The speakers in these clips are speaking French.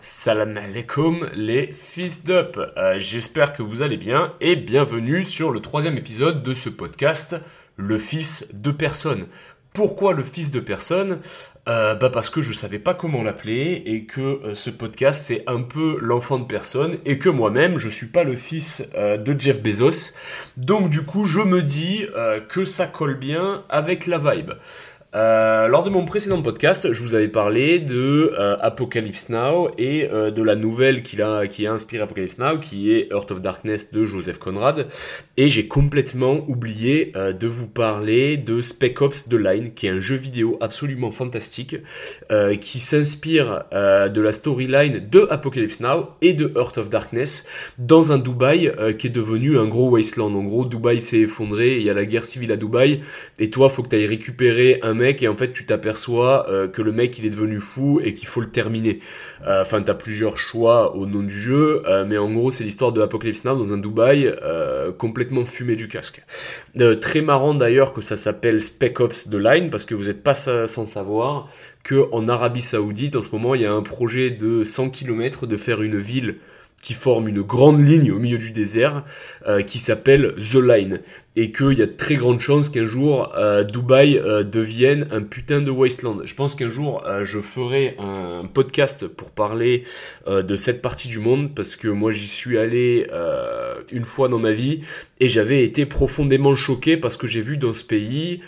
Salam alaikum les fils d'up, j'espère que vous allez bien et bienvenue sur le troisième épisode de ce podcast, le fils de personne. Pourquoi le fils de personne ? Parce que je savais pas comment l'appeler et que ce podcast c'est un peu l'enfant de personne et que moi-même je suis pas le fils de Jeff Bezos. Donc du coup je me dis que ça colle bien avec la vibe. Lors de mon précédent podcast, je vous avais parlé de Apocalypse Now et de la nouvelle qui a inspiré Apocalypse Now, qui est Heart of Darkness de Joseph Conrad. Et j'ai complètement oublié de vous parler de Spec Ops The Line, qui est un jeu vidéo absolument fantastique, qui s'inspire de la storyline de Apocalypse Now et de Heart of Darkness, dans un Dubaï qui est devenu un gros wasteland. En gros, Dubaï s'est effondré, il y a la guerre civile à Dubaï, et toi, faut que tu ailles récupérer un mec et en fait tu t'aperçois que le mec il est devenu fou et qu'il faut le terminer. Enfin t'as plusieurs choix au nom du jeu, mais en gros c'est l'histoire de Apocalypse Now dans un Dubaï complètement fumé du casque. Très marrant d'ailleurs que ça s'appelle Spec Ops The Line, parce que vous n'êtes pas sans savoir qu'en Arabie Saoudite en ce moment il y a un projet de 100 km de faire une ville qui forme une grande ligne au milieu du désert qui s'appelle The Line, et qu'il y a de très grandes chances qu'un jour Dubaï devienne un putain de wasteland. Je pense qu'un jour je ferai un podcast pour parler de cette partie du monde, parce que moi j'y suis allé une fois dans ma vie et j'avais été profondément choqué parce que j'ai vu dans ce pays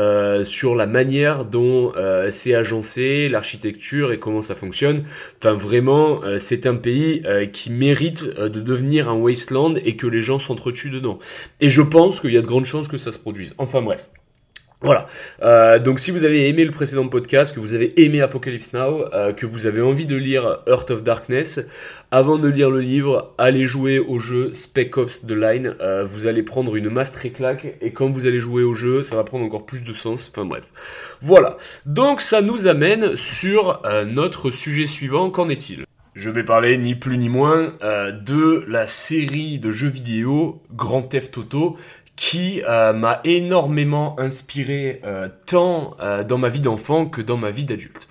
sur la manière dont c'est agencé, l'architecture et comment ça fonctionne. Enfin vraiment, c'est un pays qui mérite de devenir un wasteland et que les gens s'entretuent dedans. Et je pense qu'il y a de grandes chances que ça se produise. Enfin bref. Voilà, donc si vous avez aimé le précédent podcast, que vous avez aimé Apocalypse Now, que vous avez envie de lire Heart of Darkness, avant de lire le livre, allez jouer au jeu Spec Ops The Line, vous allez prendre une masse très claque, et quand vous allez jouer au jeu, ça va prendre encore plus de sens, enfin bref. Voilà, donc ça nous amène sur notre sujet suivant, qu'en est-il ? Je vais parler ni plus ni moins de la série de jeux vidéo Grand Theft Auto, qui m'a énormément inspiré tant dans ma vie d'enfant que dans ma vie d'adulte.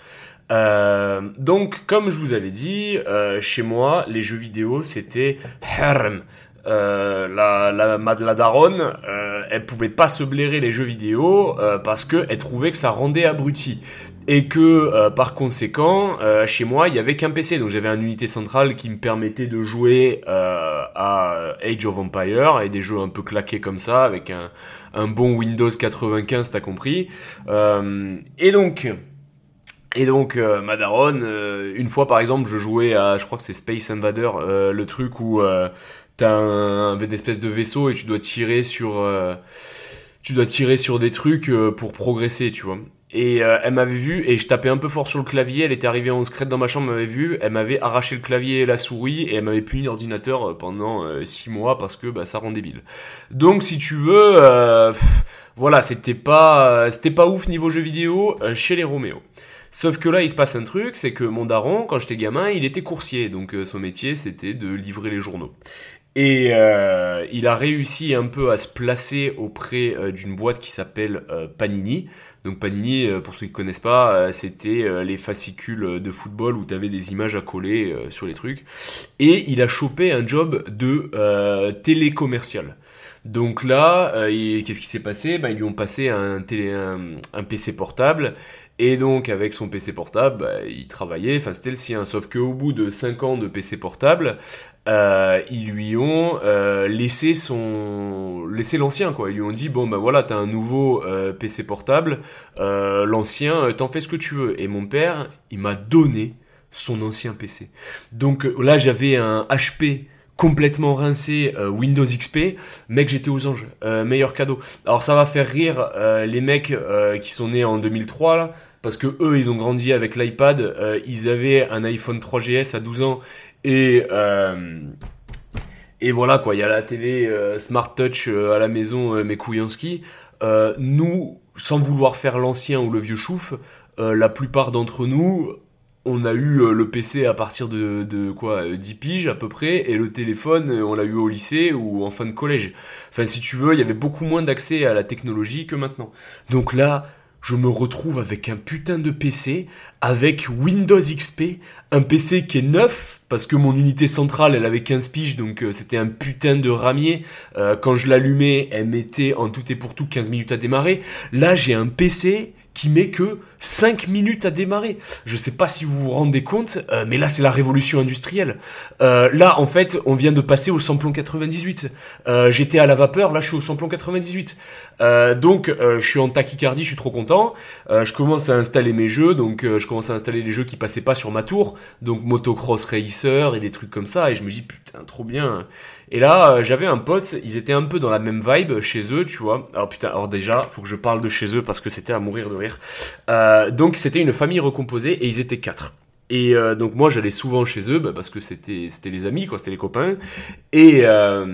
Donc, comme je vous avais dit, chez moi, les jeux vidéo, c'était haram. La daronne, elle pouvait pas se blairer les jeux vidéo parce qu'elle trouvait que ça rendait abruti. Et que par conséquent, chez moi, il y avait qu'un PC, donc j'avais une unité centrale qui me permettait de jouer à Age of Empires et des jeux un peu claqués comme ça, avec un bon Windows 95, t'as compris. Et donc ma daronne, une fois par exemple, je jouais à, je crois que c'est Space Invader, le truc où t'as une espèce de vaisseau et tu dois tirer sur des trucs pour progresser, tu vois. Et elle m'avait vu, et je tapais un peu fort sur le clavier, elle était arrivée en secret dans ma chambre, elle m'avait vu, elle m'avait arraché le clavier et la souris, et elle m'avait puni l'ordinateur pendant 6 mois, parce que ça rend débile. Donc si tu veux, voilà, c'était pas ouf niveau jeux vidéo chez les Roméo. Sauf que là, il se passe un truc, c'est que mon daron, quand j'étais gamin, il était coursier, donc son métier, c'était de livrer les journaux. Et il a réussi un peu à se placer auprès d'une boîte qui s'appelle Panini. Donc Panini, pour ceux qui connaissent pas, c'était les fascicules de football où t'avais des images à coller sur les trucs. Et il a chopé un job de télécommercial. Donc là, qu'est-ce qui s'est passé ? Ils lui ont passé un PC portable. Et donc, avec son PC portable, il travaillait, enfin c'était le sien. Sauf qu'au bout de 5 ans de PC portable, ils lui ont laissé l'ancien, quoi. Ils lui ont dit, bon, voilà, t'as un nouveau PC portable, l'ancien, t'en fais ce que tu veux. Et mon père, il m'a donné son ancien PC. Donc là, j'avais un HP complètement rincé, Windows XP, mec, j'étais aux anges, meilleur cadeau. Alors ça va faire rire les mecs qui sont nés en 2003 là, parce que eux ils ont grandi avec l'iPad, ils avaient un iPhone 3GS à 12 ans et voilà quoi, il y a la télé Smart Touch à la maison, mes couilles en ski. Nous, sans vouloir faire l'ancien ou le vieux chouf, la plupart d'entre nous, on a eu le PC à partir de quoi, 10 piges à peu près, et le téléphone, on l'a eu au lycée ou en fin de collège. Enfin, si tu veux, il y avait beaucoup moins d'accès à la technologie que maintenant. Donc là, je me retrouve avec un putain de PC, avec Windows XP, un PC qui est neuf, parce que mon unité centrale, elle avait 15 piges, donc c'était un putain de ramier. Quand je l'allumais, elle mettait en tout et pour tout 15 minutes à démarrer. Là, j'ai un PC qui met que 5 minutes à démarrer. Je sais pas si vous vous rendez compte, mais là c'est la révolution industrielle. Là en fait on vient de passer au samplon 98. J'étais à la vapeur, là je suis au samplon 98. Donc je suis en tachycardie, je suis trop content. Je commence à installer mes jeux, donc je commence à installer les jeux qui passaient pas sur ma tour, donc Motocross Racer et des trucs comme ça, et je me dis putain trop bien. Et là, j'avais un pote, ils étaient un peu dans la même vibe chez eux, tu vois. Alors déjà, faut que je parle de chez eux parce que c'était à mourir de rire. Donc c'était une famille recomposée et ils étaient 4. Et donc moi j'allais souvent chez eux parce que c'était les amis, quoi, c'était les copains. Et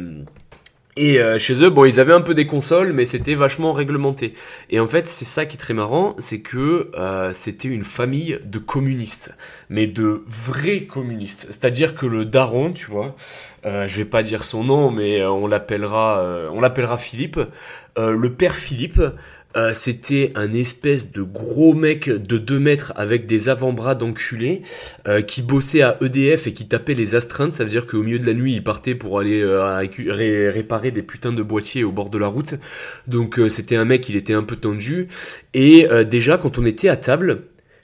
chez eux, bon, ils avaient un peu des consoles, mais c'était vachement réglementé. Et en fait, c'est ça qui est très marrant, c'est que c'était une famille de communistes, mais de vrais communistes. C'est-à-dire que le daron, tu vois, je vais pas dire son nom, mais on l'appellera Philippe. Le père Philippe, c'était un espèce de gros mec de 2 mètres avec des avant-bras d'enculé qui bossait à EDF et qui tapait les astreintes. Ça veut dire qu'au milieu de la nuit, il partait pour aller réparer des putains de boîtiers au bord de la route. Donc c'était un mec, il était un peu tendu. Et déjà, quand on était à table,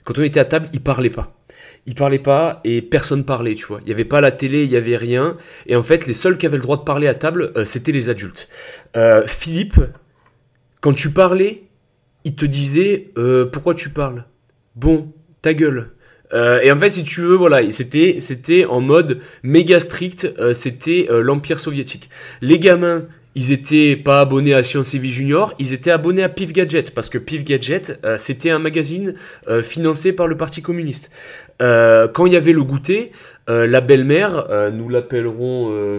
il parlait pas. Il parlait pas et personne parlait, tu vois. Il y avait pas la télé, il y avait rien. Et en fait, les seuls qui avaient le droit de parler à table, c'était les adultes. Philippe, quand tu parlais, il te disait pourquoi tu parles. Bon, ta gueule. Et en fait, si tu veux, voilà, c'était en mode méga strict. C'était l'Empire soviétique. Les gamins, ils étaient pas abonnés à Science et Vie Junior, ils étaient abonnés à Pif Gadget parce que Pif Gadget, c'était un magazine financé par le Parti communiste. Quand il y avait le goûter, la belle-mère, nous l'appellerons.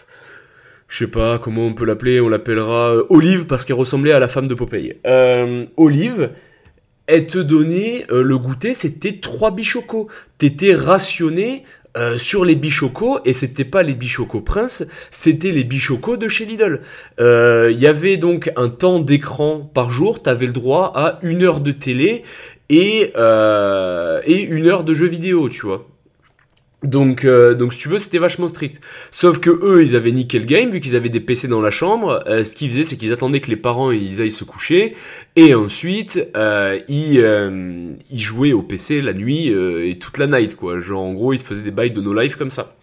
Je sais pas comment on peut l'appeler, on l'appellera Olive parce qu'elle ressemblait à la femme de Popeye. Olive, elle te donnait le goûter, c'était 3 bichocos. T'étais rationné sur les bichocos et c'était pas les bichocos Prince, c'était les bichocos de chez Lidl. Il y avait donc un temps d'écran par jour, t'avais le droit à 1 heure de télé et 1 heure de jeux vidéo, tu vois. Donc si tu veux, c'était vachement strict. Sauf que eux, ils avaient niqué le game, vu qu'ils avaient des PC dans la chambre. Ce qu'ils faisaient, c'est qu'ils attendaient que les parents ils aillent se coucher, et ensuite ils jouaient au PC la nuit et toute la night, quoi. Genre en gros, ils se faisaient des bails de no life comme ça.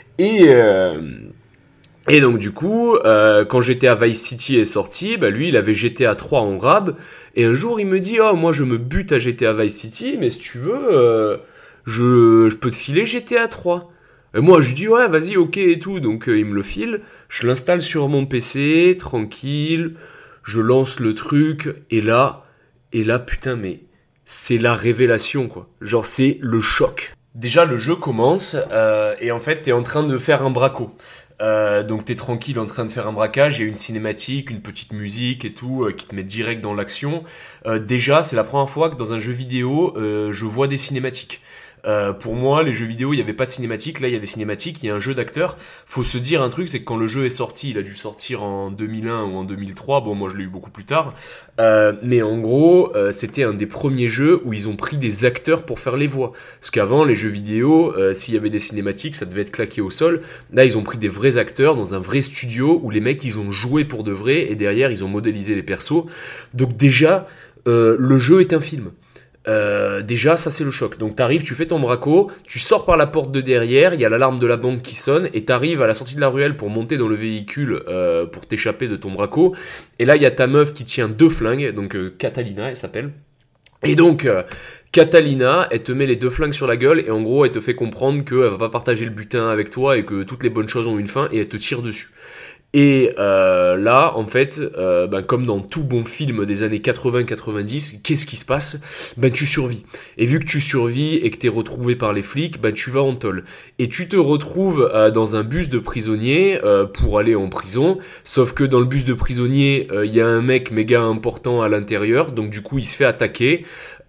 Et donc du coup, quand GTA Vice City est sorti, bah lui, il avait GTA 3 en rab, et un jour, il me dit, oh moi je me bute à GTA Vice City, mais si tu veux. Je peux te filer GTA 3. Et moi, je dis, ouais, vas-y, ok et tout. Donc, il me le file. Je l'installe sur mon PC, tranquille. Je lance le truc. Et là, putain, mais c'est la révélation, quoi. Genre, c'est le choc. Déjà, le jeu commence. Et en fait, t'es en train de faire un braco. Donc t'es tranquille en train de faire un braquage, il y a une cinématique, une petite musique et tout qui te met direct dans l'action. Déjà, c'est la première fois que dans un jeu vidéo, je vois des cinématiques. Pour moi, les jeux vidéo, il n'y avait pas de cinématique. Là, il y a des cinématiques, il y a un jeu d'acteurs. Faut se dire un truc, c'est que quand le jeu est sorti, il a dû sortir en 2001 ou en 2003. Bon, moi, je l'ai eu beaucoup plus tard. Mais en gros, c'était un des premiers jeux où ils ont pris des acteurs pour faire les voix. Parce qu'avant, les jeux vidéo, s'il y avait des cinématiques, ça devait être claqué au sol. Là, ils ont pris des vrais acteurs dans un vrai studio où les mecs, ils ont joué pour de vrai et derrière, ils ont modélisé les persos. Donc déjà, le jeu est un film. Déjà ça c'est le choc. Donc t'arrives, tu fais ton braco, tu sors par la porte de derrière, il y a l'alarme de la banque qui sonne et t'arrives à la sortie de la ruelle pour monter dans le véhicule pour t'échapper de ton braco. Et là il y a ta meuf qui tient 2 flingues, donc Catalina elle s'appelle. Et donc Catalina, elle te met les 2 flingues sur la gueule et en gros elle te fait comprendre qu'elle va pas partager le butin avec toi et que toutes les bonnes choses ont une fin et elle te tire dessus. Et là, en fait, comme dans tout bon film des années 80-90, qu'est-ce qui se passe ? Tu survis. Et vu que tu survis et que t'es retrouvé par les flics, tu vas en tôle. Et tu te retrouves dans un bus de prisonniers pour aller en prison. Sauf que dans le bus de prisonniers, il y a un mec méga important à l'intérieur. Donc du coup, il se fait attaquer.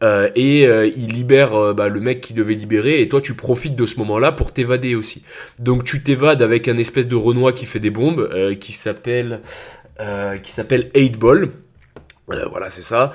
Il libère le mec qui devait libérer et toi tu profites de ce moment-là pour t'évader aussi. Donc tu t'évades avec un espèce de Renoir qui fait des bombes qui s'appelle 8 Ball. Voilà, c'est ça.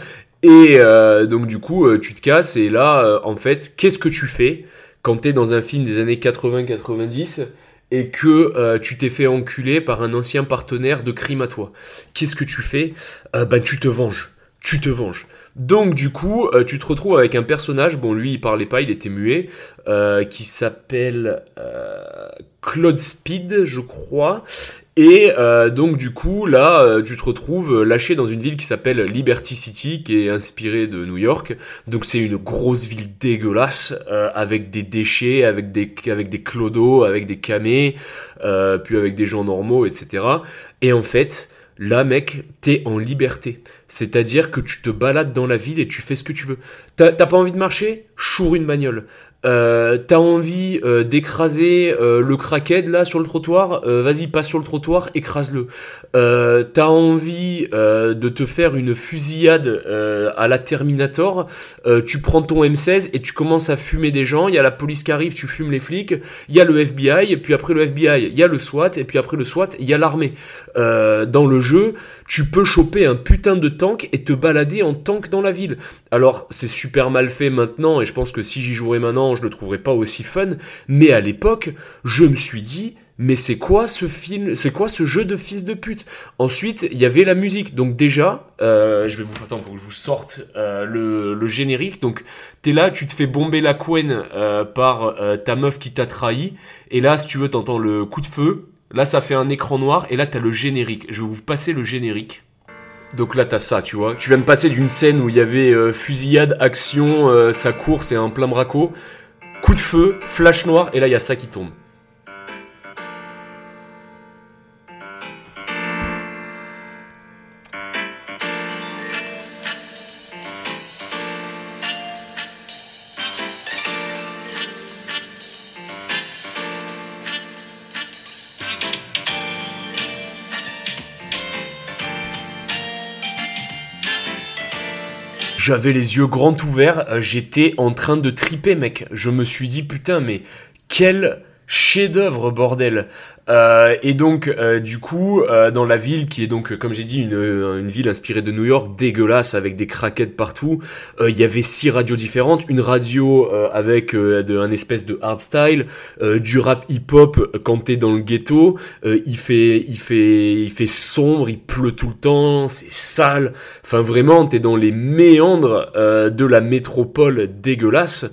Et donc du coup, tu te casses et là, en fait, qu'est-ce que tu fais quand t'es dans un film des années 80-90 et que tu t'es fait enculer par un ancien partenaire de crime à toi? Qu'est-ce que tu fais? Tu te venges. Tu te venges. Donc du coup, tu te retrouves avec un personnage, bon lui il parlait pas, il était muet, qui s'appelle Claude Speed, je crois. Et donc du coup là tu te retrouves lâché dans une ville qui s'appelle Liberty City, qui est inspirée de New York. Donc c'est une grosse ville dégueulasse avec des déchets, avec des clodos, avec des camés, puis avec des gens normaux, etc. Et en fait là mec t'es en liberté, c'est-à-dire que tu te balades dans la ville et tu fais ce que tu veux. T'as pas envie de marcher? Choure une bagnole. T'as envie d'écraser le crackhead là sur le trottoir, vas-y passe sur le trottoir, écrase-le. T'as envie de te faire une fusillade à la Terminator, tu prends ton M16 et tu commences à fumer des gens, il y a la police qui arrive, tu fumes les flics, il y a le FBI, et puis après le FBI, il y a le SWAT, et puis après le SWAT, il y a l'armée. Dans le jeu, tu peux choper un putain de tank et te balader en tank dans la ville. Alors, c'est super mal fait maintenant, et je pense que si j'y jouerais maintenant, je le trouverais pas aussi fun, mais à l'époque, je me suis dit, mais c'est quoi ce film, c'est quoi ce jeu de fils de pute? Ensuite, il y avait la musique, donc déjà, attends, faut que je vous sorte le générique, donc t'es là, tu te fais bomber la couenne par ta meuf qui t'a trahi, et là, si tu veux, t'entends le coup de feu, là ça fait un écran noir, et là t'as le générique, je vais vous passer le générique. Donc là t'as ça, tu vois. Tu viens de passer d'une scène où il y avait fusillade, action, ça court, c'est un plein braco, coup de feu, flash noir, et là il y a ça qui tombe. J'avais les yeux grands ouverts, j'étais en train de triper, mec. Je me suis dit, putain, mais quel chef-d'œuvre, bordel. Et donc, du coup, dans la ville, qui est donc, comme j'ai dit, une ville inspirée de New York, dégueulasse, avec des craquettes partout, il y avait 6 radios différentes. Une radio avec un espèce de hardstyle, du rap hip-hop quand t'es dans le ghetto. Il fait sombre, il pleut tout le temps, c'est sale. Enfin, vraiment, t'es dans les méandres de la métropole dégueulasse.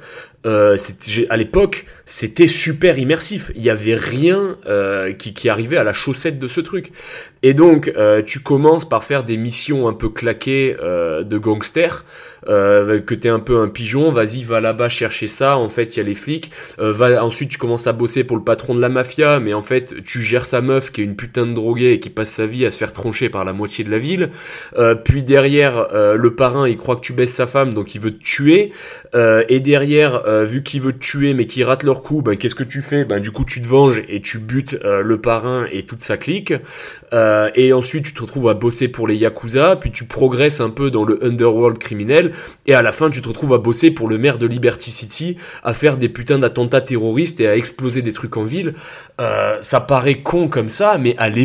À l'époque, c'était super immersif. Il y avait rien qui arrivait à la chaussette de ce truc. Et donc, tu commences par faire des missions un peu claquées de gangsters, que t'es un peu un pigeon. Vas-y, va là-bas chercher ça. En fait, il y a les flics. Ensuite, tu commences à bosser pour le patron de la mafia, mais en fait, tu gères sa meuf qui est une putain de droguée et qui passe sa vie à se faire troncher par la moitié de la ville. Puis derrière, le parrain, il croit que tu baisses sa femme, donc il veut te tuer. Et derrière, vu qu'il veut te tuer mais qu'il rate leur coup, qu'est-ce que tu fais? Du coup tu te venges et tu butes le parrain et toute sa clique. Et ensuite tu te retrouves à bosser pour les Yakuza, puis tu progresses un peu dans le underworld criminel, et à la fin tu te retrouves à bosser pour le maire de Liberty City, à faire des putains d'attentats terroristes et à exploser des trucs en ville. Ça paraît con comme ça, mais à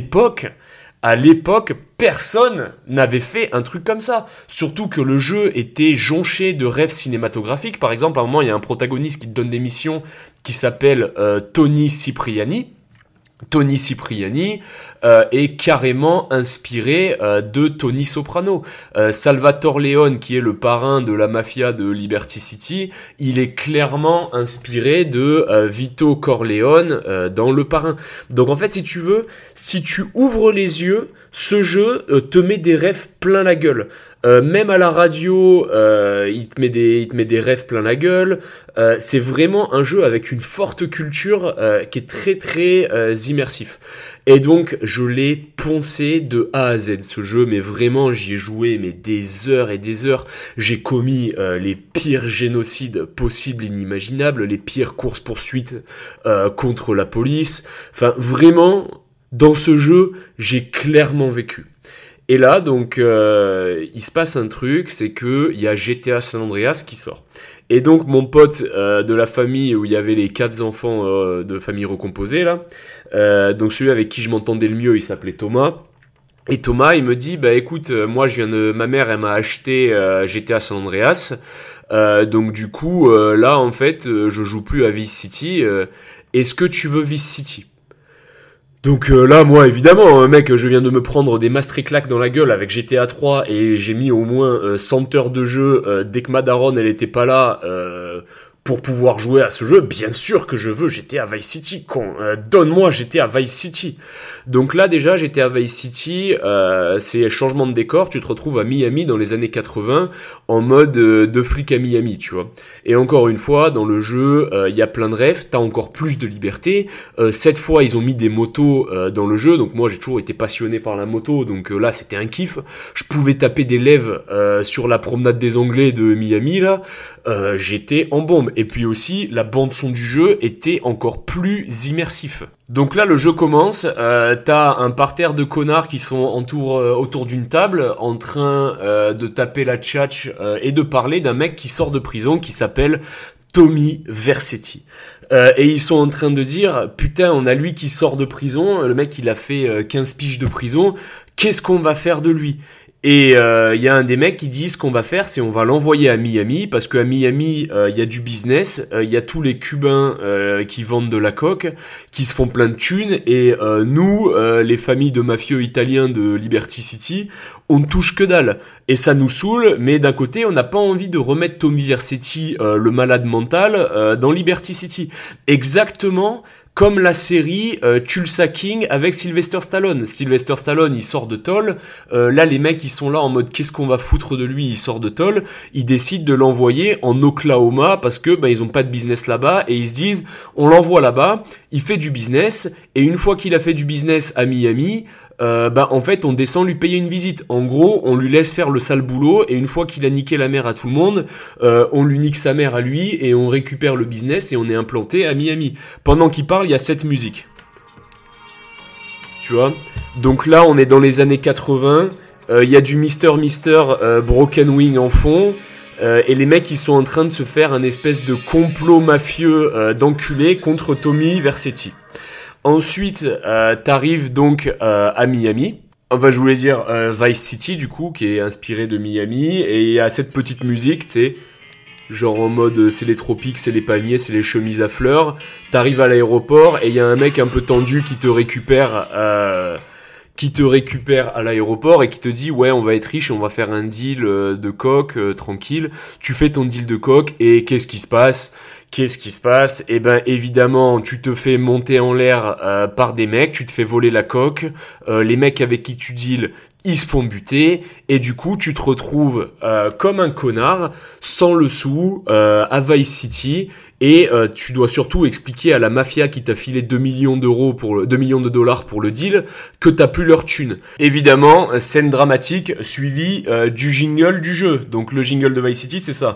l'époque, personne n'avait fait un truc comme ça. Surtout que le jeu était jonché de rêves cinématographiques. Par exemple, à un moment, il y a un protagoniste qui te donne des missions qui s'appelle Tony Cipriani. Tony Cipriani est carrément inspiré de Tony Soprano. Salvatore Leone, qui est le parrain de la mafia de Liberty City, il est clairement inspiré de Vito Corleone dans Le Parrain. Donc en fait, si tu veux, si tu ouvres les yeux, ce jeu te met des rêves plein la gueule. Même à la radio, il te met des rêves plein la gueule. C'est vraiment un jeu avec une forte culture qui est très très immersif. Et donc je l'ai poncé de A à Z ce jeu, mais vraiment j'y ai joué des heures et des heures. J'ai commis les pires génocides possibles, inimaginables, les pires courses-poursuites contre la police. Enfin vraiment, dans ce jeu, j'ai clairement vécu. Et là, donc, il se passe un truc, c'est que il y a GTA San Andreas qui sort. Et donc, mon pote de la famille où il y avait les 4 enfants de famille recomposée, là, donc celui avec qui je m'entendais le mieux, il s'appelait Thomas. Et Thomas, il me dit, bah écoute, moi ma mère, elle m'a acheté GTA San Andreas, donc du coup, là en fait, je joue plus à Vice City. Est-ce que tu veux Vice City? Donc là, moi, évidemment, mec, je viens de me prendre des masterclass dans la gueule avec GTA 3 et j'ai mis au moins 100 heures de jeu dès que ma daronne, elle était pas là, pour pouvoir jouer à ce jeu. Bien sûr que je veux GTA Vice City, con. Donne-moi GTA Vice City. Donc là, déjà, GTA Vice City, c'est changement de décor. Tu te retrouves à Miami dans les années 80 en mode de flic à Miami, tu vois. Et encore une fois, dans le jeu, il y a plein de rêves. T'as encore plus de liberté. Cette fois, ils ont mis des motos dans le jeu. Donc moi, j'ai toujours été passionné par la moto. Donc là, c'était un kiff. Je pouvais taper des lèvres sur la promenade des Anglais de Miami, là. J'étais en bombe. Et puis aussi, la bande son du jeu était encore plus immersif. Donc là, le jeu commence, t'as un parterre de connards qui sont autour d'une table, en train de taper la tchatch et de parler d'un mec qui sort de prison qui s'appelle Tommy Vercetti. Et ils sont en train de dire, putain, on a lui qui sort de prison, le mec il a fait 15 piges de prison, qu'est-ce qu'on va faire de lui ? Et il y a un des mecs qui dit ce qu'on va faire, c'est on va l'envoyer à Miami parce qu'à Miami il y a du business, il y a tous les Cubains qui vendent de la coke, qui se font plein de thunes et nous les familles de mafieux italiens de Liberty City, on ne touche que dalle et ça nous saoule. Mais d'un côté on n'a pas envie de remettre Tommy Vercetti le malade mental dans Liberty City, exactement comme la série Tulsa King avec Sylvester Stallone. Sylvester Stallone, il sort de tôle. Là, les mecs, ils sont là en mode qu'est-ce qu'on va foutre de lui ? Il sort de tôle. Ils décident de l'envoyer en Oklahoma parce que ils ont pas de business là-bas et ils se disent on l'envoie là-bas. Il fait du business et une fois qu'il a fait du business à Miami, en fait on descend lui payer une visite. En gros, on lui laisse faire le sale boulot et une fois qu'il a niqué la mère à tout le monde, on lui nique sa mère à lui et on récupère le business et on est implanté à Miami. Pendant qu'il parle, il y a cette musique. Tu vois ? Donc là, on est dans les années 80, il y a du Mister Broken Wing en fond. Et les mecs ils sont en train de se faire un espèce de complot mafieux d'enculés contre Tommy Vercetti. Ensuite, t'arrives donc à Miami. Enfin, je voulais dire Vice City, du coup, qui est inspiré de Miami. Et il y a cette petite musique, tu sais, genre en mode c'est les tropiques, c'est les palmiers, c'est les chemises à fleurs. T'arrives à l'aéroport et il y a un mec un peu tendu qui te récupère à l'aéroport et qui te dit ouais on va être riche et on va faire un deal de coke tranquille. Tu fais ton deal de coke et qu'est-ce qui se passe ? Eh ben évidemment tu te fais monter en l'air par des mecs, tu te fais voler la coke, les mecs avec qui tu deals ils se font buter et du coup tu te retrouves comme un connard sans le sou à Vice City. Et tu dois surtout expliquer à la mafia qui t'a filé 2 millions de dollars pour le deal que t'as plus leur thune. Évidemment, scène dramatique suivie du jingle du jeu. Donc le jingle de Vice City, c'est ça.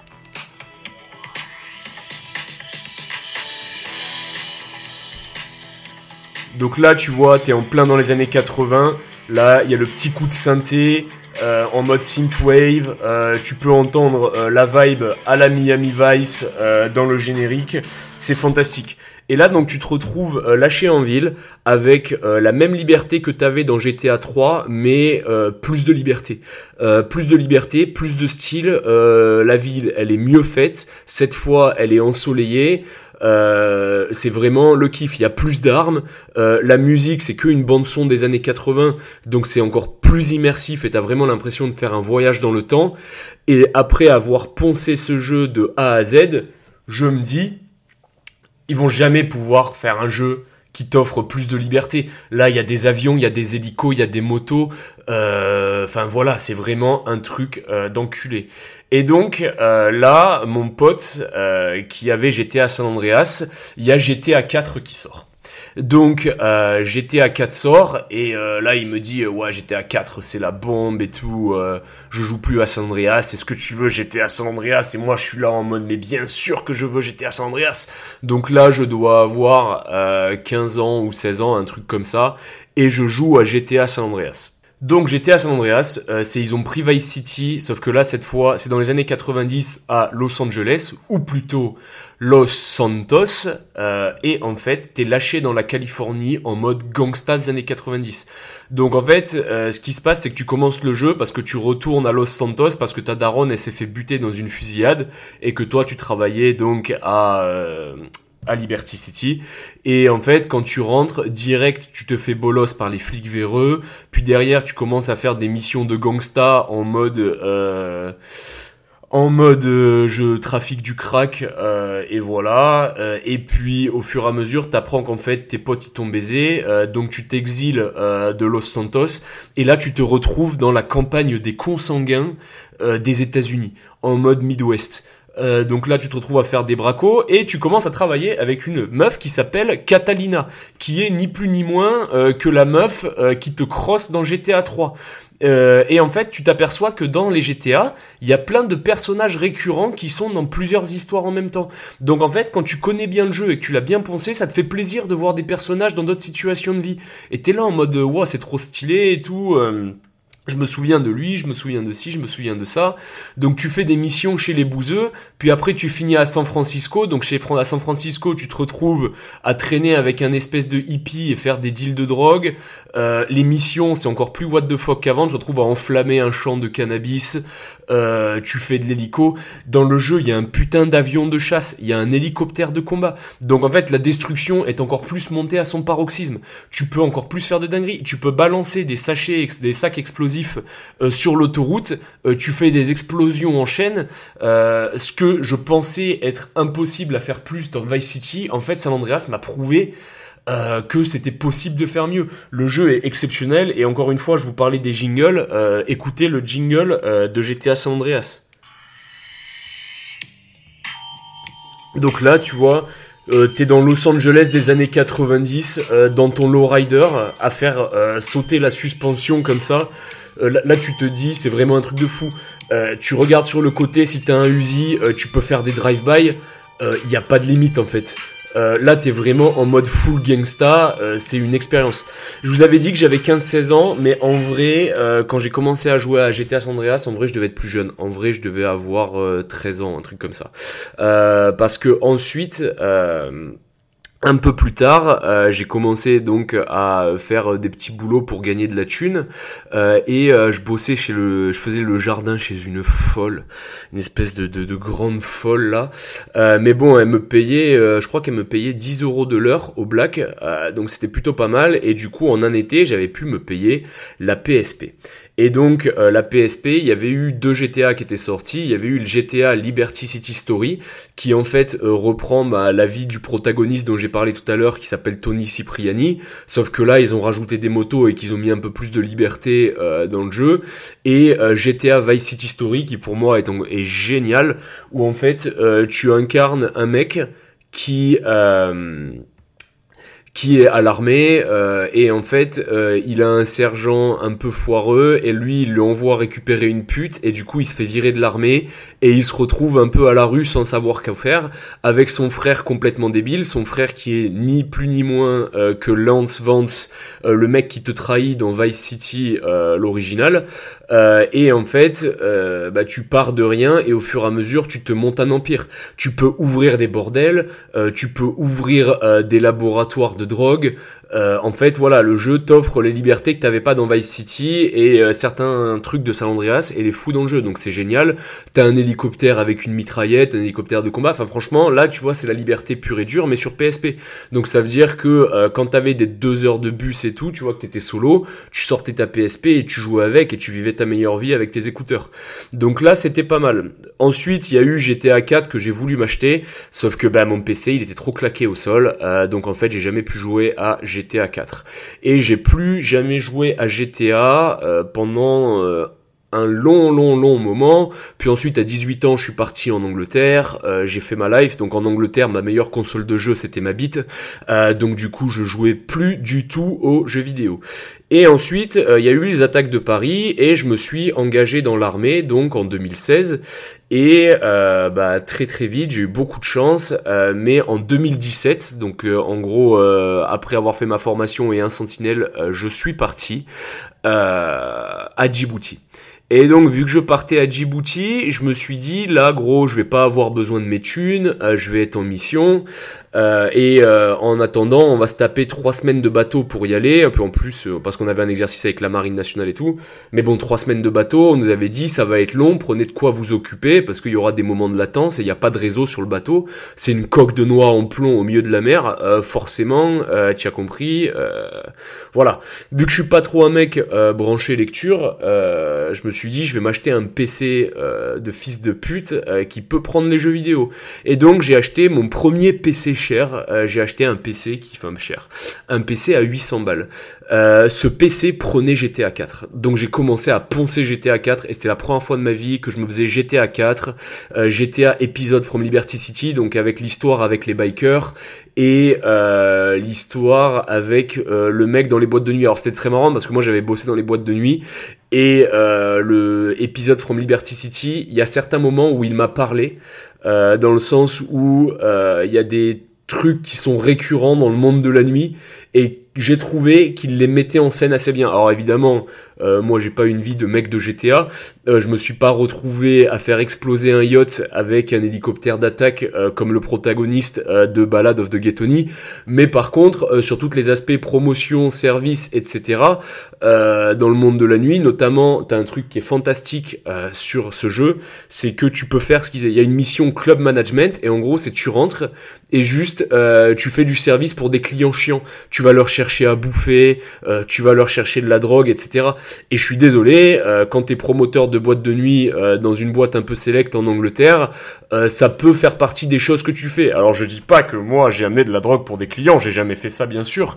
Donc là, tu vois, t'es en plein dans les années 80. Là, il y a le petit coup de synthé en mode synthwave. Tu peux entendre la vibe à la Miami Vice dans le générique. C'est fantastique. Et là, donc, tu te retrouves lâché en ville avec la même liberté que t'avais dans GTA 3, mais plus de liberté. Plus de style. La ville, elle est mieux faite. Cette fois, elle est ensoleillée. C'est vraiment le kiff, il y a plus d'armes, la musique c'est que une bande son des années 80, donc c'est encore plus immersif et t'as vraiment l'impression de faire un voyage dans le temps. Et après avoir poncé ce jeu de A à Z, je me dis ils vont jamais pouvoir faire un jeu qui t'offre plus de liberté. Là, il y a des avions, il y a des hélicos, il y a des motos. Enfin voilà, c'est vraiment un truc d'enculé. Et donc là, mon pote qui avait GTA San Andreas, il y a GTA 4 qui sort. Donc GTA 4 sort et là il me dit ouais GTA 4 c'est la bombe et tout, je joue plus à San Andreas, est-ce que tu veux GTA San Andreas? Et moi je suis là en mode mais bien sûr que je veux GTA San Andreas. Donc là je dois avoir 15 ans ou 16 ans, un truc comme ça, et je joue à GTA San Andreas. Donc GTA San Andreas, ils ont pris Vice City, sauf que là cette fois c'est dans les années 90 à Los Angeles, ou plutôt Los Santos, et en fait t'es lâché dans la Californie en mode gangsta des années 90. Donc en fait ce qui se passe c'est que tu commences le jeu parce que tu retournes à Los Santos parce que ta daronne elle s'est fait buter dans une fusillade et que toi tu travaillais donc à Liberty City, et en fait quand tu rentres direct tu te fais bolos par les flics véreux, puis derrière tu commences à faire des missions de gangsta en mode je trafique du crack, et voilà, et puis au fur et à mesure t'apprends qu'en fait tes potes ils t'ont baisé, donc tu t'exiles de Los Santos et là tu te retrouves dans la campagne des consanguins des États-Unis en mode Midwest. Donc là tu te retrouves à faire des bracos et tu commences à travailler avec une meuf qui s'appelle Catalina, qui est ni plus ni moins que la meuf qui te crosse dans GTA 3. Et en fait tu t'aperçois que dans les GTA il y a plein de personnages récurrents qui sont dans plusieurs histoires en même temps. Donc en fait quand tu connais bien le jeu et que tu l'as bien poncé, ça te fait plaisir de voir des personnages dans d'autres situations de vie, et t'es là en mode wow, c'est trop stylé et tout. Je me souviens de lui, je me souviens de ci, je me souviens de ça. Donc tu fais des missions chez les bouseux, puis après tu finis à San Francisco. Donc à San Francisco, tu te retrouves à traîner avec un espèce de hippie et faire des deals de drogue. Les missions, c'est encore plus what the fuck qu'avant. Tu te retrouves à enflammer un champ de cannabis. Tu fais de l'hélico. Dans le jeu, il y a un putain d'avion de chasse, il y a un hélicoptère de combat. Donc en fait, la destruction est encore plus montée à son paroxysme. Tu peux encore plus faire de dingueries. Tu peux balancer des sacs explosifs sur l'autoroute. Tu fais des explosions en chaîne. Ce que je pensais être impossible à faire plus dans Vice City, en fait, San Andreas m'a prouvé que c'était possible de faire mieux. Le jeu est exceptionnel, et encore une fois je vous parlais des jingles, écoutez le jingle de GTA San Andreas. Donc là tu vois, t'es dans Los Angeles des années 90, dans ton lowrider, à faire sauter la suspension comme ça. Là tu te dis c'est vraiment un truc de fou. Tu regardes sur le côté, si t'as un Uzi, tu peux faire des drive-by, y a pas de limite en fait. Là t'es vraiment en mode full gangsta, c'est une expérience. Je vous avais dit que j'avais 15-16 ans, mais en vrai quand j'ai commencé à jouer à GTA San Andreas, en vrai je devais être plus jeune. En vrai je devais avoir 13 ans, un truc comme ça, parce que ensuite un peu plus tard, j'ai commencé donc à faire des petits boulots pour gagner de la thune, et je bossais je faisais le jardin chez une folle, une espèce de grande folle là. Mais bon, elle me payait, je crois qu'elle me payait 10 € de l'heure au black, donc c'était plutôt pas mal. Et du coup, en un été, j'avais pu me payer la PSP. Et donc la PSP, il y avait eu 2 GTA qui étaient sortis. Il y avait eu le GTA Liberty City Story, qui en fait reprend la vie du protagoniste dont j'ai parlé tout à l'heure, qui s'appelle Tony Cipriani, sauf que là ils ont rajouté des motos et qu'ils ont mis un peu plus de liberté dans le jeu. Et GTA Vice City Story, qui pour moi est génial, où en fait tu incarnes un mec qui est à l'armée, et en fait il a un sergent un peu foireux, et lui il lui envoie récupérer une pute, et du coup il se fait virer de l'armée et il se retrouve un peu à la rue sans savoir quoi faire, avec son frère complètement débile, son frère qui est ni plus ni moins que Lance Vance, le mec qui te trahit dans Vice City, l'original. Et en fait tu pars de rien, et au fur et à mesure tu te montes un empire. Tu peux ouvrir des bordels, tu peux ouvrir des laboratoires de drogue. En fait voilà, le jeu t'offre les libertés que t'avais pas dans Vice City, et certains trucs de San Andreas, et les fous dans le jeu, donc c'est génial. T'as un hélicoptère avec une mitraillette, un hélicoptère de combat, enfin franchement là tu vois c'est la liberté pure et dure, mais sur PSP. Donc ça veut dire que quand t'avais des 2 heures de bus et tout, tu vois que t'étais solo, tu sortais ta PSP et tu jouais avec, et tu vivais ta meilleure vie avec tes écouteurs. Donc là c'était pas mal. Ensuite il y a eu GTA 4 que j'ai voulu m'acheter, sauf que mon PC il était trop claqué au sol, donc en fait j'ai jamais pu jouer à GTA 4. Et j'ai plus jamais joué à GTA pendant un long moment. Puis ensuite à 18 ans je suis parti en Angleterre, j'ai fait ma life. Donc en Angleterre ma meilleure console de jeu c'était ma bite, donc du coup je jouais plus du tout aux jeux vidéo. Et ensuite il y a eu les attaques de Paris, et je me suis engagé dans l'armée donc en 2016. Et très très vite, j'ai eu beaucoup de chance, mais en 2017, donc en gros après avoir fait ma formation et un sentinelle, je suis parti à Djibouti. Et donc, vu que je partais à Djibouti, je me suis dit, là, gros, je vais pas avoir besoin de mes thunes, je vais être en mission, en attendant, on va se taper 3 semaines de bateau pour y aller, un peu en plus, parce qu'on avait un exercice avec la marine nationale et tout, mais bon, 3 semaines de bateau, on nous avait dit, ça va être long, prenez de quoi vous occuper, parce qu'il y aura des moments de latence, et il n'y a pas de réseau sur le bateau, c'est une coque de noix en plomb au milieu de la mer, forcément, tu as compris, voilà. Vu que je suis pas trop un mec branché lecture, je me suis dit je vais m'acheter un PC de fils de pute qui peut prendre les jeux vidéo. Et donc j'ai acheté mon premier PC cher, j'ai acheté un PC un PC à 800 balles. Ce PC prenait GTA 4. Donc j'ai commencé à poncer GTA 4 et c'était la première fois de ma vie que je me faisais GTA 4, GTA épisode from Liberty City, donc avec l'histoire avec les bikers et l'histoire avec le mec dans les boîtes de nuit. Alors c'était très marrant parce que moi j'avais bossé dans les boîtes de nuit et le épisode from Liberty City, il y a certains moments où il m'a parlé dans le sens où il y a des trucs qui sont récurrents dans le monde de la nuit et j'ai trouvé qu'il les mettait en scène assez bien. Alors évidemment, moi j'ai pas une vie de mec de GTA, je me suis pas retrouvé à faire exploser un yacht avec un hélicoptère d'attaque comme le protagoniste de Ballad of the Gay Tony, mais par contre sur tous les aspects promotion, service, etc. Dans le monde de la nuit, notamment t'as un truc qui est fantastique sur ce jeu, c'est que tu peux faire il y a une mission club management et en gros c'est tu rentres et juste tu fais du service pour des clients chiants, tu vas leur chercher à bouffer, tu vas leur chercher de la drogue, etc. Et je suis désolé, quand t'es promoteur de boîte de nuit dans une boîte un peu select en Angleterre, ça peut faire partie des choses que tu fais. Alors je dis pas que moi j'ai amené de la drogue pour des clients, j'ai jamais fait ça bien sûr,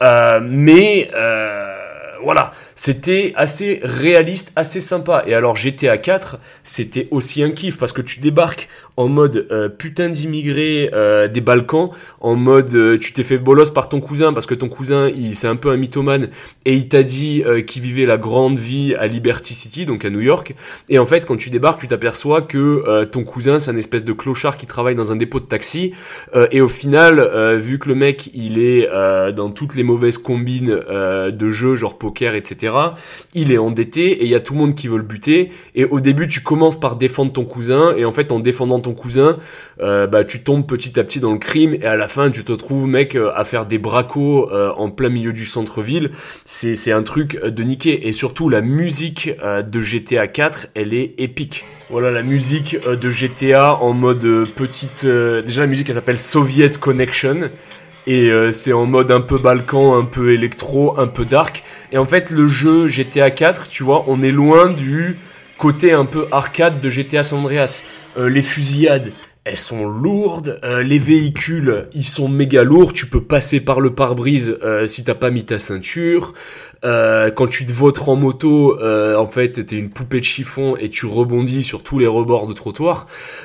mais voilà, c'était assez réaliste, assez sympa. Et alors GTA 4, c'était aussi un kiff parce que tu débarques en mode putain d'immigré des Balkans, en mode tu t'es fait bolos par ton cousin parce que ton cousin c'est un peu un mythomane et il t'a dit qu'il vivait la grande vie à Liberty City, donc à New York, et en fait quand tu débarques tu t'aperçois que ton cousin c'est un espèce de clochard qui travaille dans un dépôt de taxi et au final vu que le mec il est dans toutes les mauvaises combines de jeux genre poker, etc., il est endetté et il y a tout le monde qui veut le buter et au début tu commences par défendre ton cousin et en fait en défendant ton cousin tu tombes petit à petit dans le crime et à la fin tu te retrouves mec à faire des bracos en plein milieu du centre-ville. C'est un truc de niquer et surtout la musique de GTA 4 elle est épique. Voilà la musique de GTA en mode petite déjà la musique elle s'appelle Soviet Connection et c'est en mode un peu Balkan, un peu électro, un peu dark et en fait le jeu GTA 4 tu vois on est loin du côté un peu arcade de GTA San Andreas. Les fusillades, elles sont lourdes, les véhicules, ils sont méga lourds, tu peux passer par le pare-brise si t'as pas mis ta ceinture. Quand tu te vautres en moto, en fait, t'es une poupée de chiffon et tu rebondis sur tous les rebords de trottoir.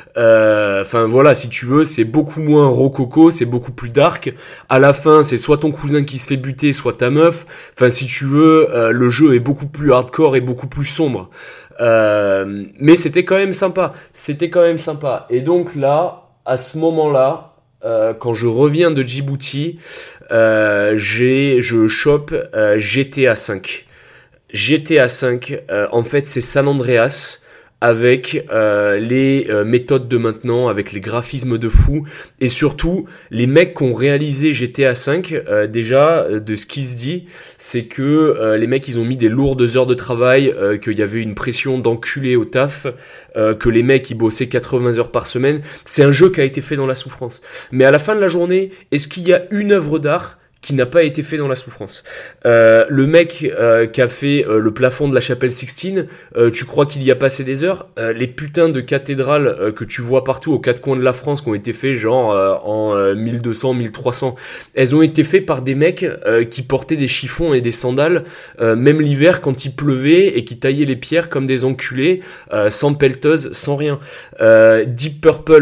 Enfin voilà, si tu veux, c'est beaucoup moins rococo, c'est beaucoup plus dark. À la fin, c'est soit ton cousin qui se fait buter, soit ta meuf. Enfin, si tu veux, le jeu est beaucoup plus hardcore et beaucoup plus sombre. Mais c'était quand même sympa. Et donc là, à ce moment-là, quand je reviens de Djibouti, je chope GTA 5. GTA 5, en fait, c'est San Andreas avec les méthodes de maintenant, avec les graphismes de fou, et surtout les mecs qui ont réalisé GTA 5, déjà de ce qui se dit, c'est que les mecs ils ont mis des lourdes heures de travail, qu'il y avait une pression d'enculé au taf, que les mecs ils bossaient 80 heures par semaine. C'est un jeu qui a été fait dans la souffrance. Mais à la fin de la journée, est-ce qu'il y a une œuvre d'art qui n'a pas été fait dans la souffrance? Le mec qui a fait le plafond de la chapelle Sixtine, tu crois qu'il y a passé des heures? Les putains de cathédrales que tu vois partout aux quatre coins de la France qui ont été faits genre en 1200, 1300, elles ont été faites par des mecs qui portaient des chiffons et des sandales, même l'hiver quand il pleuvait, et qui taillaient les pierres comme des enculés, sans pelleteuse, sans rien. Deep Purple,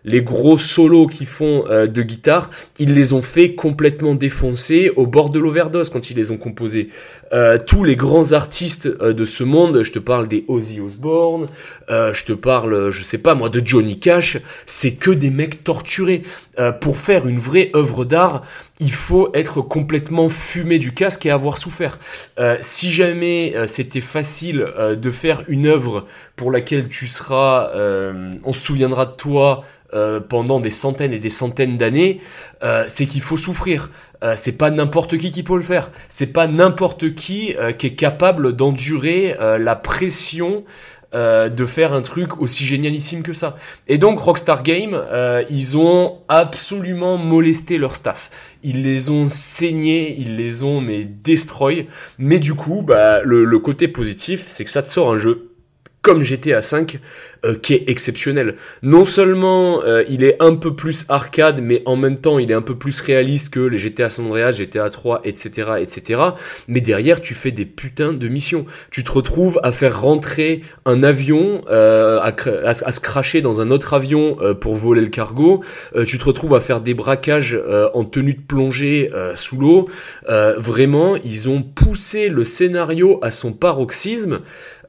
les gros solos qu'ils font de guitare, ils les ont fait complètement défoncer au bord de l'overdose quand ils les ont composés. Tous les grands artistes de ce monde, je te parle des Ozzy Osbourne, je te parle, je sais pas moi, de Johnny Cash, c'est que des mecs torturés. Pour faire une vraie œuvre d'art, il faut être complètement fumé du casque et avoir souffert. Si jamais c'était facile de faire une œuvre pour laquelle tu seras, on se souviendra de toi pendant des centaines et des centaines d'années, c'est qu'il faut souffrir. C'est pas n'importe qui peut le faire. C'est pas n'importe qui est capable d'endurer la pression de faire un truc aussi génialissime que ça. Et donc Rockstar Games, ils ont absolument molesté leur staff. Ils les ont saignés, ils les ont destroy. Mais du coup, le côté positif, c'est que ça te sort un jeu comme GTA V, qui est exceptionnel. Non seulement il est un peu plus arcade, mais en même temps il est un peu plus réaliste que les GTA San Andreas, GTA 3, etc., etc. Mais derrière, tu fais des putains de missions. Tu te retrouves à faire rentrer un avion, à se crasher dans un autre avion pour voler le cargo. Tu te retrouves à faire des braquages en tenue de plongée sous l'eau. Vraiment, ils ont poussé le scénario à son paroxysme.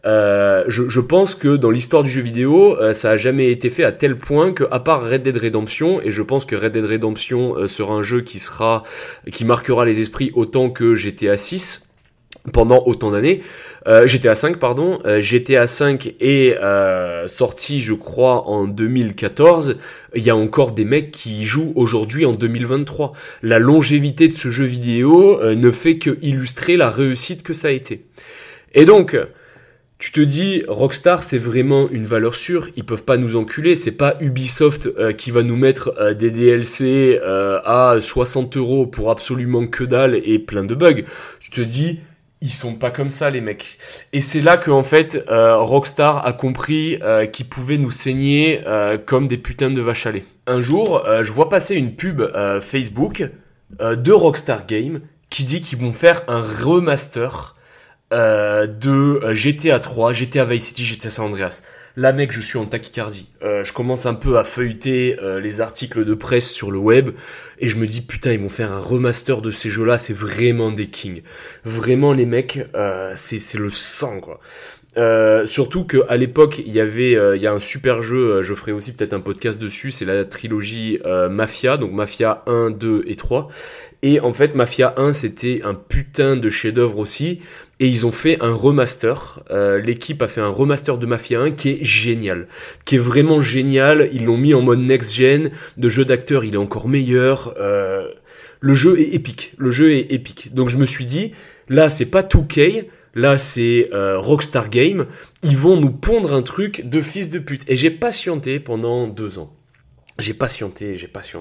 Je pense que dans l'histoire du jeu vidéo, ça a jamais été fait à tel point que, à part Red Dead Redemption, et je pense que Red Dead Redemption sera un jeu qui marquera les esprits autant que GTA 6 pendant autant d'années. GTA 5 pardon, GTA 5 est sorti je crois en 2014, il y a encore des mecs qui y jouent aujourd'hui en 2023. La longévité de ce jeu vidéo ne fait que illustrer la réussite que ça a été. Et donc tu te dis, Rockstar, c'est vraiment une valeur sûre, ils peuvent pas nous enculer, c'est pas Ubisoft qui va nous mettre des DLC à 60€ pour absolument que dalle et plein de bugs. Tu te dis, ils sont pas comme ça les mecs. Et c'est là que en fait Rockstar a compris qu'ils pouvaient nous saigner comme des putains de vaches à lait. Un jour, je vois passer une pub Facebook de Rockstar Games qui dit qu'ils vont faire un remaster de GTA 3, GTA Vice City, GTA San Andreas. Là mec, je suis en tachycardie. Je commence un peu à feuilleter les articles de presse sur le web et je me dis putain, ils vont faire un remaster de ces jeux-là, c'est vraiment des kings. Vraiment les mecs, c'est le sang quoi. Surtout que à l'époque il y a un super jeu, je ferai aussi peut-être un podcast dessus, c'est la trilogie Mafia, donc Mafia 1, 2 et 3. Et en fait Mafia 1 c'était un putain de chef-d'œuvre aussi. Et ils ont fait un remaster, l'équipe a fait un remaster de Mafia 1 qui est génial, qui est vraiment génial, ils l'ont mis en mode next-gen, de jeu d'acteur il est encore meilleur, le jeu est épique, donc je me suis dit, là c'est pas 2K, là c'est Rockstar Games, ils vont nous pondre un truc de fils de pute, et j'ai patienté pendant 2 ans, j'ai patienté,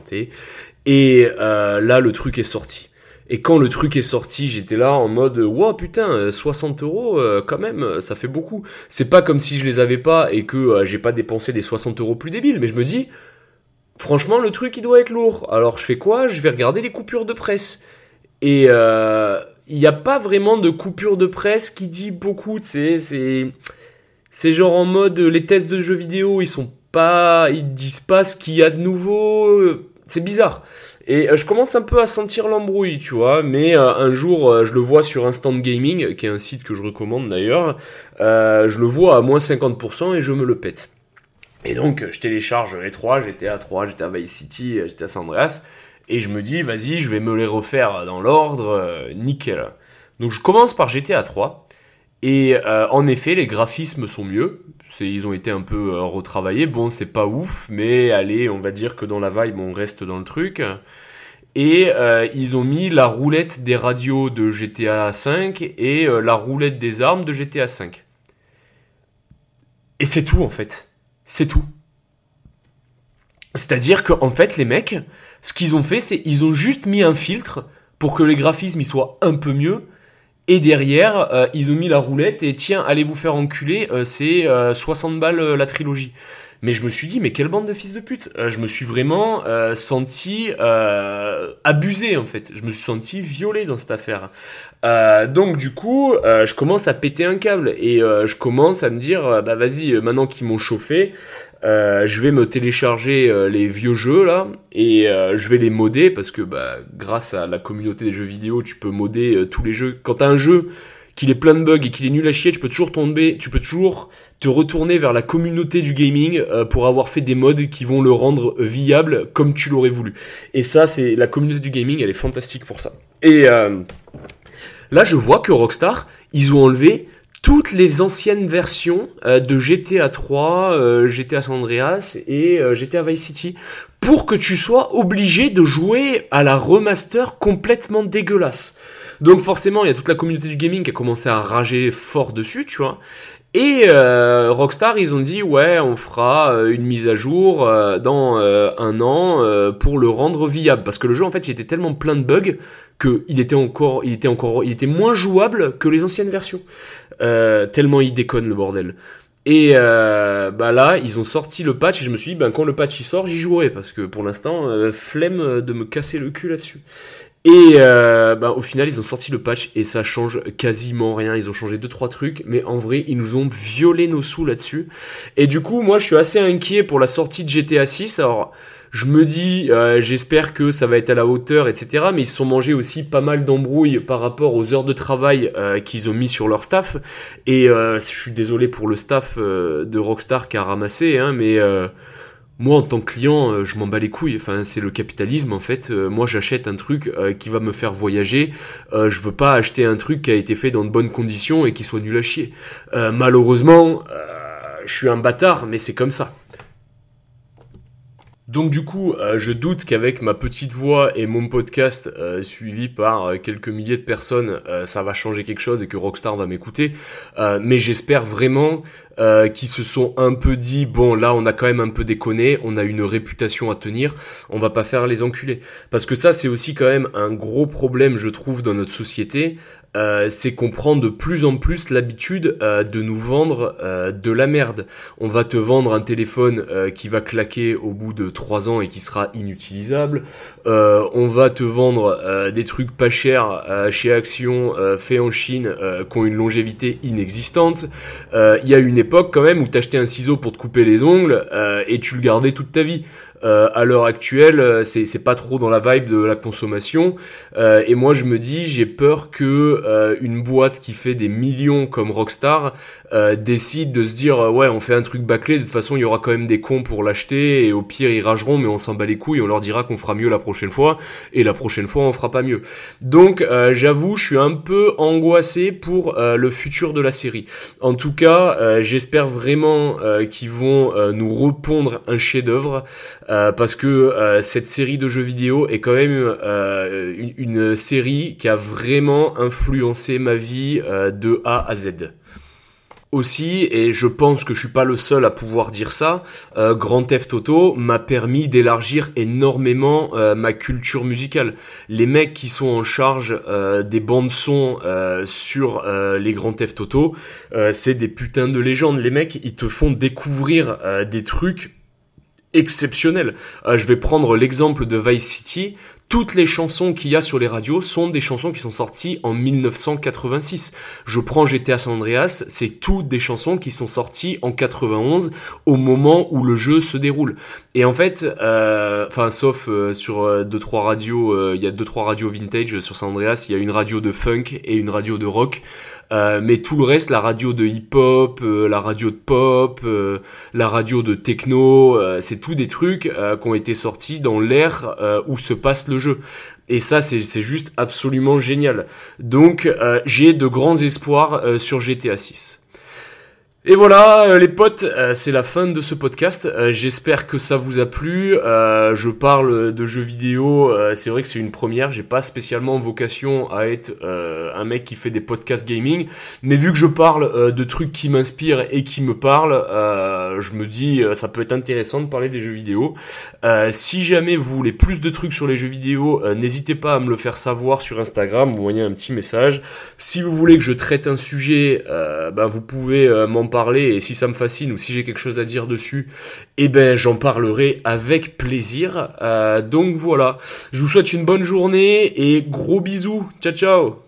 et là le truc est sorti. Et quand le truc est sorti, j'étais là en mode wow putain, 60€ quand même, ça fait beaucoup. C'est pas comme si je les avais pas et que j'ai pas dépensé des 60€ plus débiles, mais je me dis franchement le truc il doit être lourd. Alors je fais quoi ? Je vais regarder les coupures de presse. Et il y a pas vraiment de coupure de presse qui dit beaucoup, tu sais, c'est genre en mode les tests de jeux vidéo, ils disent pas ce qu'il y a de nouveau, c'est bizarre. Et je commence un peu à sentir l'embrouille, tu vois, mais un jour, je le vois sur Instant Gaming, qui est un site que je recommande d'ailleurs, je le vois à moins 50% et je me le pète. Et donc, je télécharge les 3, GTA Vice City, GTA San Andreas, et je me dis, vas-y, je vais me les refaire dans l'ordre, nickel. Donc, je commence par GTA 3, et en effet, les graphismes sont mieux. Ils ont été un peu retravaillés. Bon, c'est pas ouf, mais allez, on va dire que dans la vibe, on reste dans le truc. Et ils ont mis la roulette des radios de GTA 5 et la roulette des armes de GTA 5. Et c'est tout, en fait. C'est tout. C'est-à-dire qu'en fait, les mecs, ce qu'ils ont fait, c'est ils ont juste mis un filtre pour que les graphismes ils soient un peu mieux. Et derrière, ils ont mis la roulette et tiens, allez vous faire enculer, c'est 60 balles la trilogie. Mais je me suis dit, mais quelle bande de fils de pute. Je me suis vraiment senti abusé, en fait. Je me suis senti violé dans cette affaire. Donc du coup, je commence à péter un câble et je commence à me dire, bah vas-y, maintenant qu'ils m'ont chauffé, je vais me télécharger les vieux jeux là et je vais les modder parce que bah grâce à la communauté des jeux vidéo, tu peux modder tous les jeux. Quand t'as un jeu qu'il est plein de bugs et qu'il est nul à chier, tu peux toujours te retourner vers la communauté du gaming pour avoir fait des mods qui vont le rendre viable comme tu l'aurais voulu. Et ça, c'est la communauté du gaming, elle est fantastique pour ça. Et là, je vois que Rockstar, ils ont enlevé toutes les anciennes versions de GTA 3, GTA San Andreas et GTA Vice City pour que tu sois obligé de jouer à la remaster complètement dégueulasse. Donc forcément, il y a toute la communauté du gaming qui a commencé à rager fort dessus, tu vois. Et Rockstar, ils ont dit ouais, on fera une mise à jour dans un an pour le rendre viable, parce que le jeu en fait, il était tellement plein de bugs que il était moins jouable que les anciennes versions. Tellement il déconne le bordel. Et bah là, ils ont sorti le patch et je me suis dit, ben quand le patch il sort, j'y jouerai parce que pour l'instant, flemme de me casser le cul là-dessus. Et au final, ils ont sorti le patch et ça change quasiment rien. Ils ont changé 2-3 trucs, mais en vrai, ils nous ont violé nos sous là-dessus. Et du coup, moi, je suis assez inquiet pour la sortie de GTA 6. Alors, je me dis, j'espère que ça va être à la hauteur, etc. Mais ils se sont mangés aussi pas mal d'embrouilles par rapport aux heures de travail qu'ils ont mis sur leur staff. Et je suis désolé pour le staff de Rockstar qui a ramassé, hein, mais... moi, en tant que client, je m'en bats les couilles. Enfin, c'est le capitalisme, en fait. Moi, j'achète un truc qui va me faire voyager. Je veux pas acheter un truc qui a été fait dans de bonnes conditions et qui soit nul à chier. Malheureusement, je suis un bâtard, mais c'est comme ça. Donc du coup, je doute qu'avec ma petite voix et mon podcast suivi par quelques milliers de personnes, ça va changer quelque chose et que Rockstar va m'écouter. Mais j'espère vraiment qu'ils se sont un peu dit, bon là on a quand même un peu déconné, on a une réputation à tenir, on va pas faire les enculés. Parce que ça c'est aussi quand même un gros problème je trouve dans notre société. C'est qu'on prend de plus en plus l'habitude de nous vendre de la merde. On va te vendre un téléphone qui va claquer au bout de 3 ans et qui sera inutilisable. On va te vendre des trucs pas chers chez Action, faits en Chine, qui ont une longévité inexistante. Il y a une époque quand même où t'achetais un ciseau pour te couper les ongles et tu le gardais toute ta vie. À l'heure actuelle, c'est pas trop dans la vibe de la consommation. Et moi, je me dis, j'ai peur que une boîte qui fait des millions comme Rockstar décide de se dire, ouais, on fait un truc bâclé. De toute façon, il y aura quand même des cons pour l'acheter. Et au pire, ils rageront, mais on s'en bat les couilles. On leur dira qu'on fera mieux la prochaine fois. Et la prochaine fois, on fera pas mieux. Donc, j'avoue, je suis un peu angoissé pour le futur de la série. En tout cas, j'espère vraiment qu'ils vont nous repondre un chef-d'œuvre. Parce que cette série de jeux vidéo est quand même une série qui a vraiment influencé ma vie de A à Z. Aussi, et je pense que je suis pas le seul à pouvoir dire ça, Grand Theft Auto m'a permis d'élargir énormément ma culture musicale. Les mecs qui sont en charge des bandes son sur les Grand Theft Auto, c'est des putains de légendes. Les mecs, ils te font découvrir des trucs exceptionnel. Je vais prendre l'exemple de Vice City. Toutes les chansons qu'il y a sur les radios sont des chansons qui sont sorties en 1986. Je prends GTA San Andreas, c'est toutes des chansons qui sont sorties en 91 au moment où le jeu se déroule. Et en fait, sauf sur 2-3 radios, il y a 2-3 radios vintage sur San Andreas, il y a une radio de funk et une radio de rock. Mais tout le reste, la radio de hip-hop, la radio de pop, la radio de techno, c'est tout des trucs qui ont été sortis dans l'ère où se passe le jeu. Et ça, c'est juste absolument génial. Donc, j'ai de grands espoirs sur GTA 6. Et voilà les potes, c'est la fin de ce podcast. J'espère que ça vous a plu. Je parle de jeux vidéo, c'est vrai que c'est une première. J'ai pas spécialement vocation à être un mec qui fait des podcasts gaming, mais vu que je parle de trucs qui m'inspirent et qui me parlent, je me dis ça peut être intéressant de parler des jeux vidéo. Si jamais vous voulez plus de trucs sur les jeux vidéo, n'hésitez pas à me le faire savoir sur Instagram, vous voyez un petit message. Si vous voulez que je traite un sujet, vous pouvez m'en parler parler, et si ça me fascine ou si j'ai quelque chose à dire dessus, eh ben j'en parlerai avec plaisir. Donc voilà, je vous souhaite une bonne journée et gros bisous, ciao ciao.